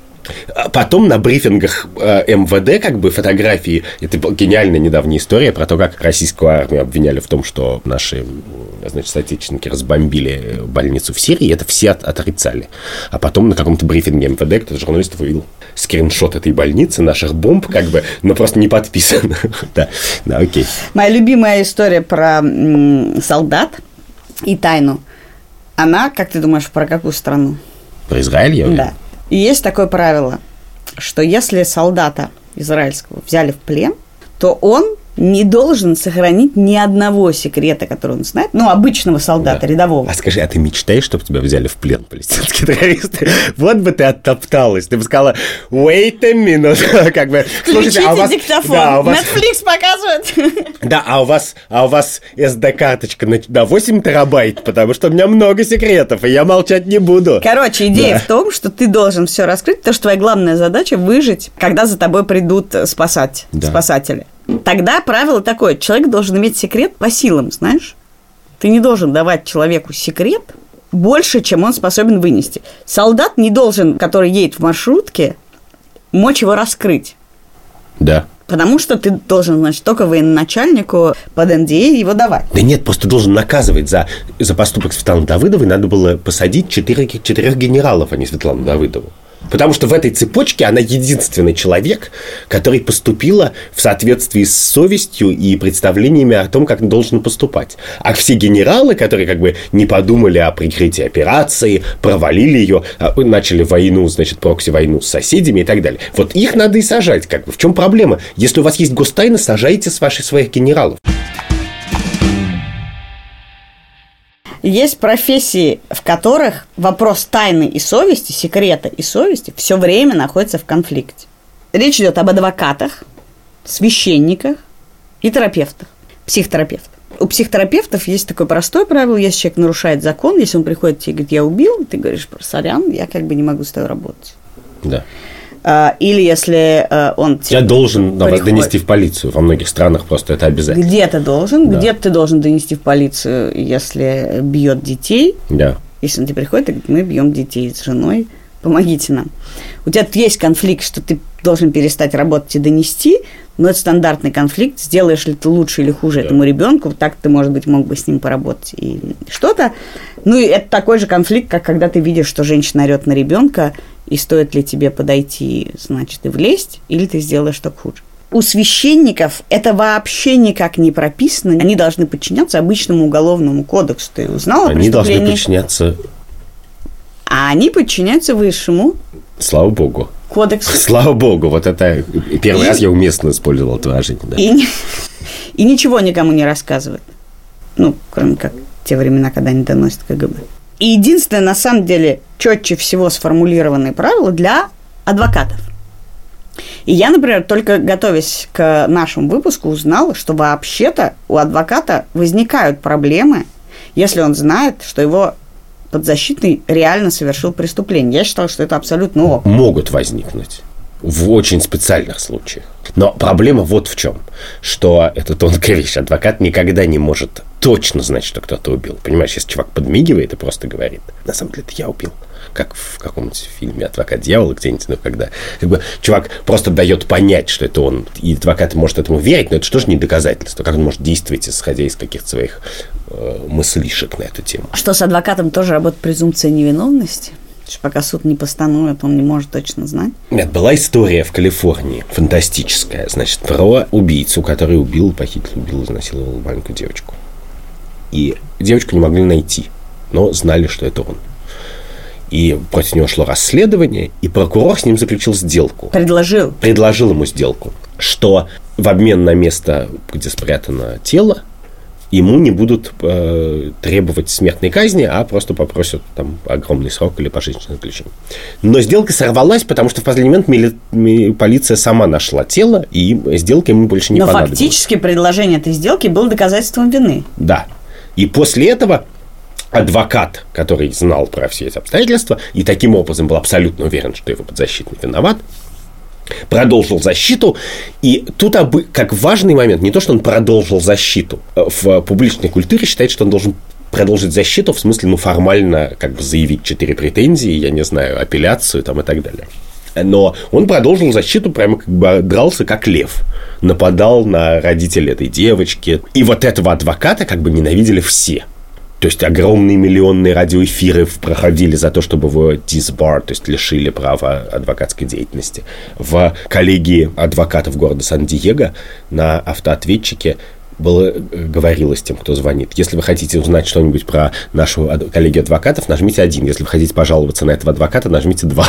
потом на брифингах э, эм вэ дэ как бы фотографии, это гениальная недавняя история про то, как российскую армию обвиняли в том, что наши, значит, соотечественники разбомбили больницу в Сирии, и это все от, отрицали. А потом на каком-то брифинге эм вэ дэ кто-то журналистов увидел скриншот этой больницы, наших бомб, как бы, но просто не подписан. Да, да, окей. Моя любимая история про м- солдат и тайну, она, как ты думаешь, про какую страну? Про Израиль, я уверен? Да. И есть такое правило, что если солдата израильского взяли в плен, то он не должен сохранить ни одного секрета, который он знает, ну, обычного солдата, да. Рядового. А скажи, а ты мечтаешь, чтобы тебя взяли в плен палестинские террористы? Вот бы ты оттопталась. Ты бы сказала, wait a minute. Как бы, слушайте, а у вас... диктофон. Да, у вас... Netflix показывает. Да, а у вас, а у вас эс ди-карточка на да, восемь терабайт, потому что у меня много секретов, и я молчать не буду. Короче, идея да. в том, что ты должен все раскрыть, потому что твоя главная задача выжить, когда за тобой придут спасать, да. спасатели. Тогда правило такое: человек должен иметь секрет по силам, знаешь? Ты не должен давать человеку секрет больше, чем он способен вынести. Солдат не должен, который едет в маршрутке, мочь его раскрыть. Да. Потому что ты должен, значит, только военачальнику под эн ди эй его давать. Да нет, просто должен наказывать за, за поступок Светланы Давыдовой. Надо было посадить четыре, четырех генералов, а не Светлану Давыдову. Потому что в этой цепочке она единственный человек, который поступила в соответствии с совестью и представлениями о том, как должен поступать. А все генералы, которые как бы не подумали о прикрытии операции, провалили ее, начали войну, значит, прокси-войну с соседями и так далее. Вот их надо и сажать. Как бы. В чем проблема? Если у вас есть гостайна, сажайте с ваших своих генералов. Есть профессии, в которых вопрос тайны и совести, секрета и совести все время находится в конфликте. Речь идет об адвокатах, священниках и терапевтах, психотерапевтах. У психотерапевтов есть такое простое правило: если человек нарушает закон, если он приходит к тебе и говорит, я убил, ты говоришь, сорян, я как бы не могу с тобой работать. Да. Или если он... Я должен на вас донести в полицию. Во многих странах просто это обязательно. Где-то должен, да. Где-то ты должен донести в полицию, если бьет детей. Да. Если он тебе приходит и говорит, мы бьем детей с женой, помогите нам. У тебя тут есть конфликт, что ты должен перестать работать и донести, но это стандартный конфликт. Сделаешь ли ты лучше или хуже да. этому ребенку, так ты, может быть, мог бы с ним поработать и что-то. Ну, и это такой же конфликт, как когда ты видишь, что женщина орет на ребенка, и стоит ли тебе подойти, значит, и влезть, или ты сделаешь что-то хуже. У священников это вообще никак не прописано. Они должны подчиняться обычному уголовному кодексу. Ты узнал о преступлении? Они должны подчиняться... А они подчиняются высшему... Слава богу. Кодексу. Слава богу. Вот это первый и... раз я уместно использовал это выражение. Да. И... и ничего никому не рассказывают. Ну, кроме как те времена, когда они доносят ка гэ бэ. И единственное, на самом деле, четче всего сформулированные правила для адвокатов. И я, например, только готовясь к нашему выпуску, узнала, что вообще-то у адвоката возникают проблемы, если он знает, что его подзащитный реально совершил преступление. Я считала, что это абсолютно ок. Могут возникнуть. В очень специальных случаях. Но проблема вот в чем, что это тонкая вещь. Адвокат никогда не может точно знать, что кто-то убил. Понимаешь, если чувак подмигивает и просто говорит, на самом деле, это я убил. Как в каком-нибудь фильме «Адвокат дьявола» где-нибудь, ну, когда как бы, чувак просто дает понять, что это он, и адвокат может этому верить, но это что же не доказательство? Как он может действовать, исходя из каких-то своих э, мыслишек на эту тему? Что с адвокатом тоже работает презумпция невиновности? Пока суд не постановит, он не может точно знать. Нет, была история в Калифорнии, фантастическая, значит, про убийцу, который убил, похитил, убил, изнасиловал маленькую девочку. И девочку не могли найти, но знали, что это он. И против него шло расследование, и прокурор с ним заключил сделку. Предложил. Предложил ему сделку, что в обмен на место, где спрятано тело, ему не будут э, требовать смертной казни, а просто попросят там огромный срок или пожизненное заключение. Но сделка сорвалась, потому что в последний момент мили... ми... полиция сама нашла тело, и сделка ему больше не Но понадобилась. Но фактически предложение этой сделки было доказательством вины. Да. И после этого адвокат, который знал про все эти обстоятельства, и таким образом был абсолютно уверен, что его подзащитный виноват, продолжил защиту. И тут как важный момент, не то, что он продолжил защиту. В публичной культуре считается, что он должен продолжить защиту, в смысле, ну, формально как бы заявить четыре претензии, я не знаю, апелляцию там и так далее. Но он продолжил защиту, прямо как бы дрался как лев. Нападал на родителей этой девочки. И вот этого адвоката как бы ненавидели все. То есть огромные миллионные радиоэфиры проходили за то, чтобы его disbarred, то есть лишили права адвокатской деятельности. В коллегии адвокатов города Сан-Диего на автоответчике было, говорилось тем, кто звонит: если вы хотите узнать что-нибудь про нашу коллегию адвокатов, нажмите один. Если вы хотите пожаловаться на этого адвоката, нажмите два.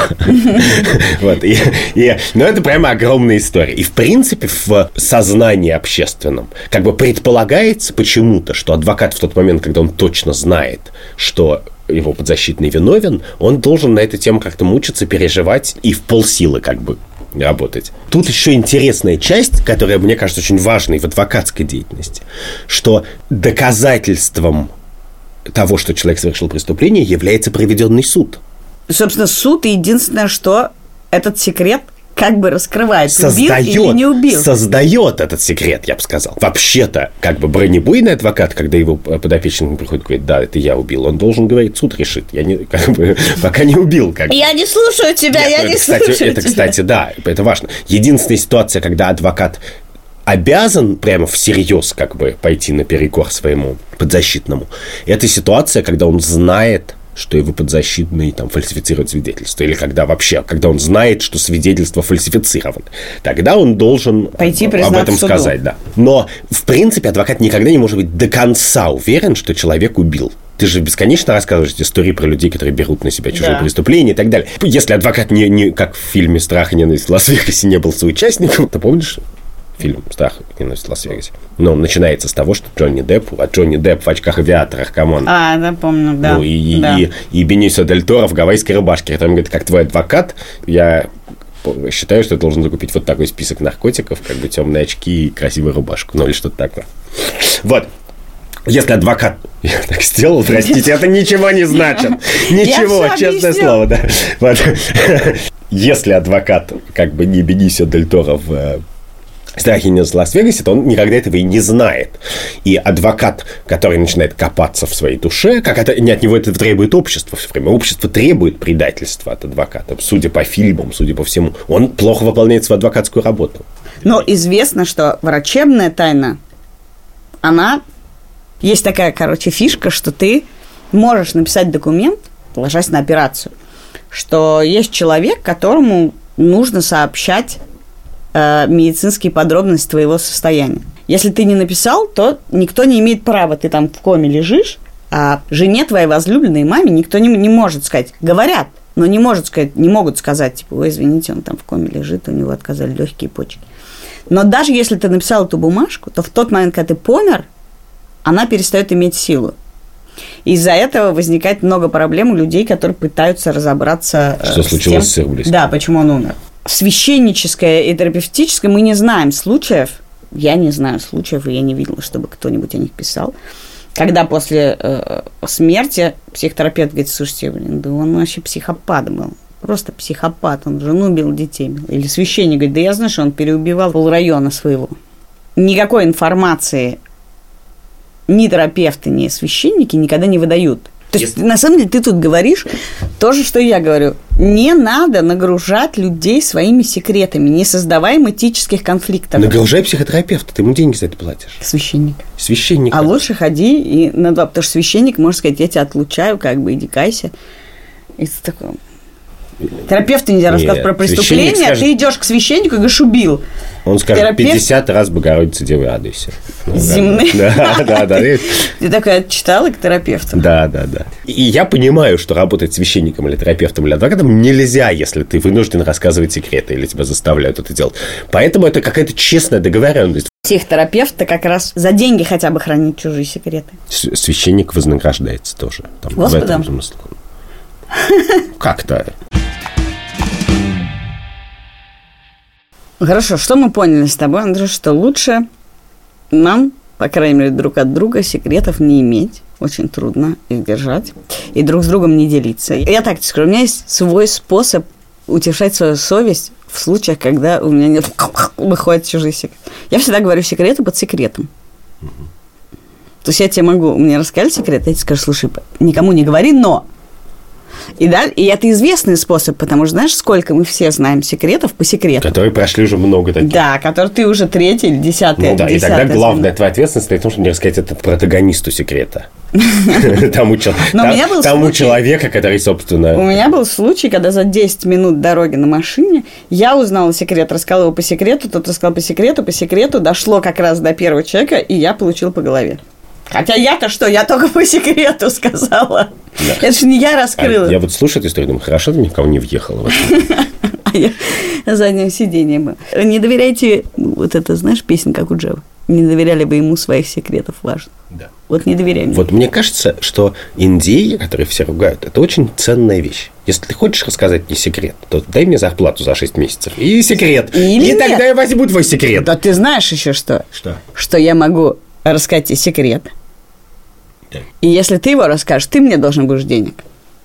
Но это прямо огромная история. И, в принципе, в сознании общественном как бы предполагается почему-то, что адвокат в тот момент, когда он точно знает, что его подзащитный виновен, он должен на эту тему как-то мучиться, переживать и в полсилы как бы работать. Тут еще интересная часть, которая, мне кажется, очень важной в адвокатской деятельности, что доказательством того, что человек совершил преступление, является проведенный суд. Собственно, суд единственное, что этот секрет как бы раскрывает, создает, убил или не убил. Создает этот секрет, я бы сказал. Вообще-то, как бы бронебойный адвокат, когда его подопечный приходит, говорит: да, это я убил, он должен говорить: суд решит. Я не, как бы, пока не убил. Как бы. Я не слушаю тебя, Нет, я не кстати, слушаю это, тебя. Кстати, да, это важно. Единственная ситуация, когда адвокат обязан прямо всерьез как бы пойти наперекор своему подзащитному, это ситуация, когда он знает, что его подзащитный там фальсифицирует свидетельство, или когда вообще, когда он знает, что свидетельство фальсифицировано, тогда он должен пойти об этом суду. сказать, да. Но в принципе адвокат никогда не может быть до конца уверен, что человек убил. Ты же бесконечно рассказываешь истории про людей, которые берут на себя чужие да. преступления и так далее. Если адвокат не, не как в фильме «Страх и ненависть в Лас-Вегасе» не был соучастником, ты помнишь фильм «Страх и ненависть в Лас-Вегасе»? Но он начинается с того, что Джонни Депп, а Джонни Депп в очках-авиаторах, камон. А, да, помню, да. Ну, и, да. и, и Бенисио Дель Торо в гавайской рубашке. Там говорит: как твой адвокат, я считаю, что ты должен закупить вот такой список наркотиков, как бы темные очки и красивую рубашку. Ну, или что-то такое. Вот. Если адвокат... Я так сделал, простите, это ничего не значит. Ничего, честное слово, да. Вот. Если адвокат, как бы не Бенисио Дель Торо в «Страхе и ненависти в Лас-Вегасе», то он никогда этого и не знает. И адвокат, который начинает копаться в своей душе, как это, не от него это требует общество все время. Общество требует предательства от адвоката. Судя по фильмам, судя по всему, он плохо выполняет свою адвокатскую работу. Но известно, что врачебная тайна, она... Есть такая, короче, фишка, что ты можешь написать документ, ложась на операцию, что есть человек, которому нужно сообщать э, медицинские подробности твоего состояния. Если ты не написал, то никто не имеет права. Ты там в коме лежишь, а жене твоей возлюбленной, маме никто не, не может сказать. Говорят, но не может сказать, не могут сказать, типа: ой, извините, он там в коме лежит, у него отказали легкие, почки. Но даже если ты написал эту бумажку, то в тот момент, когда ты помер, она перестает иметь силу. Из-за этого возникает много проблем у людей, которые пытаются разобраться... Что с случилось тем, с их близким. Да, почему он умер. В священническое и терапевтическое мы не знаем случаев, я не знаю случаев, и я не видела, чтобы кто-нибудь о них писал, когда после э, смерти психотерапевт говорит: слушайте, блин, да он вообще психопат был. Просто психопат, он жену бил, детей бил. Или священник говорит: да я знаю, что он переубивал полрайона своего. Никакой информации ни терапевты, ни священники никогда не выдают. То есть, на самом деле, ты тут говоришь то же, что и я говорю. Не надо нагружать людей своими секретами, не создавай этических конфликтов. Нагружай психотерапевта, ты ему деньги за это платишь. Священник. Священник. А лучше ходи и на два, потому что священник может сказать: я тебя отлучаю, как бы, иди кайся. И ты такой... Терапевту нельзя рассказывать Нет, про преступление, скажет, ты идешь к священнику и говоришь, убил. Он скажет, Терапевт... пятьдесят раз Богородице Девы радуйся. Ну, Земные. Да, да, да. Ты такая читала к терапевту? Да, да, да. И я понимаю, что работать священником или терапевтом или адвокатом нельзя, если ты вынужден рассказывать секреты или тебя заставляют это делать. Поэтому это какая-то честная договоренность. Психотерапевт-то как раз за деньги хотя бы хранит чужие секреты. Священник вознаграждается тоже. Там, в этом смысле. Как-то. Хорошо, что мы поняли с тобой, Андрей, что лучше нам, по крайней мере, друг от друга секретов не иметь. Очень трудно их держать. И друг с другом не делиться. Я так тебе скажу, у меня есть свой способ утешать свою совесть в случаях, когда у меня нет... выходят чужие секреты. Я всегда говорю секреты под секретом. Угу. То есть я тебе могу... Мне рассказали секрет, я тебе скажу, слушай, никому не говори, но... И, да, и это известный способ, потому что знаешь, сколько мы все знаем секретов по секрету. Которые прошли уже много таких. Да, которые ты уже третий или десятый. Ну да, и тогда главная твоя ответственность в том, чтобы не рассказать это протагонисту секрета. Тому человека, который, собственно... У меня был случай, когда за десять минут дороги на машине я узнала секрет, рассказала его по секрету, тот рассказал по секрету, по секрету, дошло как раз до первого человека, и я получила по голове. Хотя я-то что? Я только по секрету сказала. Да. Это же не я раскрыла. А я вот слушаю эту историю, думаю, хорошо, ты никого не въехала. А я на заднем сиденье был. Не доверяйте, вот это, знаешь, песня, как у Джева. Не доверяли бы ему своих секретов, важно. Да. Вот не доверяем. Вот мне кажется, что эн ди эй, которые все ругают, это очень ценная вещь. Если ты хочешь рассказать мне секрет, то дай мне зарплату за шесть месяцев. И секрет. Или и нет. Тогда я возьму твой секрет. Да ты знаешь еще что? Что? Что я могу рассказать тебе секрет. Да. И если ты его расскажешь, ты мне должен будешь денег.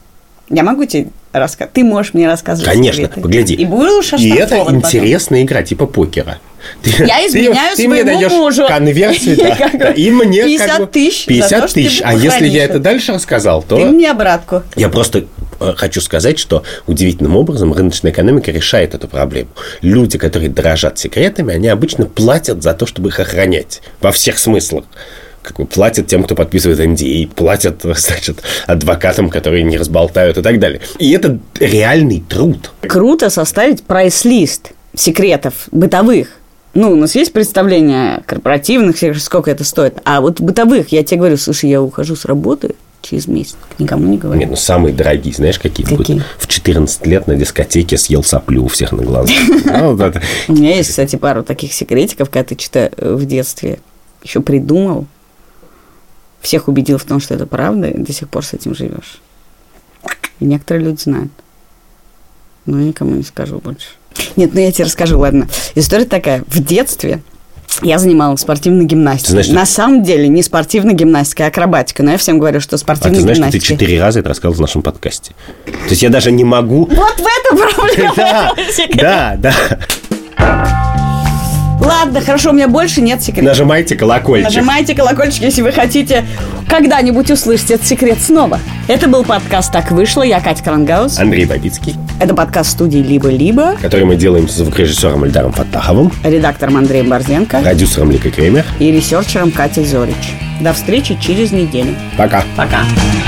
Я могу тебе рассказать. Ты можешь мне рассказывать. Конечно, секреты. погляди. И будешь И это интересная игра, типа покера. Ты, я изменяю ты, своему ты мне даешь мужу. Конверсию, да, да, и мне пятьдесят тысяч. пятьдесят тысяч. А если я это дальше рассказал, то... Ты мне обратку. Я просто хочу сказать, что удивительным образом рыночная экономика решает эту проблему. Люди, которые дорожат секретами, они обычно платят за то, чтобы их охранять. Во всех смыслах. Как бы платят тем, кто подписывает эн ди эй, платят, значит, адвокатам, которые не разболтают и так далее. И это реальный труд. Круто составить прайс-лист секретов бытовых. Ну, у нас есть представление корпоративных, сколько это стоит. А вот бытовых, я тебе говорю, слушай, я ухожу с работы через месяц. Никому не говорю. Нет, ну самые дорогие, знаешь, какие? Какие? В четырнадцать лет на дискотеке съел соплю у всех на глазах. У меня есть, кстати, пару таких секретиков, когда ты что-то в детстве еще придумал, всех убедил в том, что это правда, и до сих пор с этим живешь. И некоторые люди знают. Но я никому не скажу больше. Нет, ну я тебе расскажу, ладно. История такая. В детстве я занималась спортивной гимнастикой. Знаешь, на самом деле не спортивной гимнастикой, а акробатикой. Но я всем говорю, что спортивная гимнастика. А ты знаешь, гимнастика... что ты четыре раза это рассказал в нашем подкасте. То есть я даже не могу... Вот в этом проблема. Да, да, да. Ладно, хорошо, у меня больше нет секретов. Нажимайте колокольчик. Нажимайте колокольчик, если вы хотите когда-нибудь услышать этот секрет снова. Это был подкаст «Так вышло». Я Катя Крангаус. Андрей Бабицкий. Это подкаст студии «Либо-либо», который мы делаем с звукорежиссером Эльдаром Фаттаховым, редактором Андреем Борзенко, продюсером Ликой Кремер и ресерчером Катей Зорич. До встречи через неделю. Пока. Пока.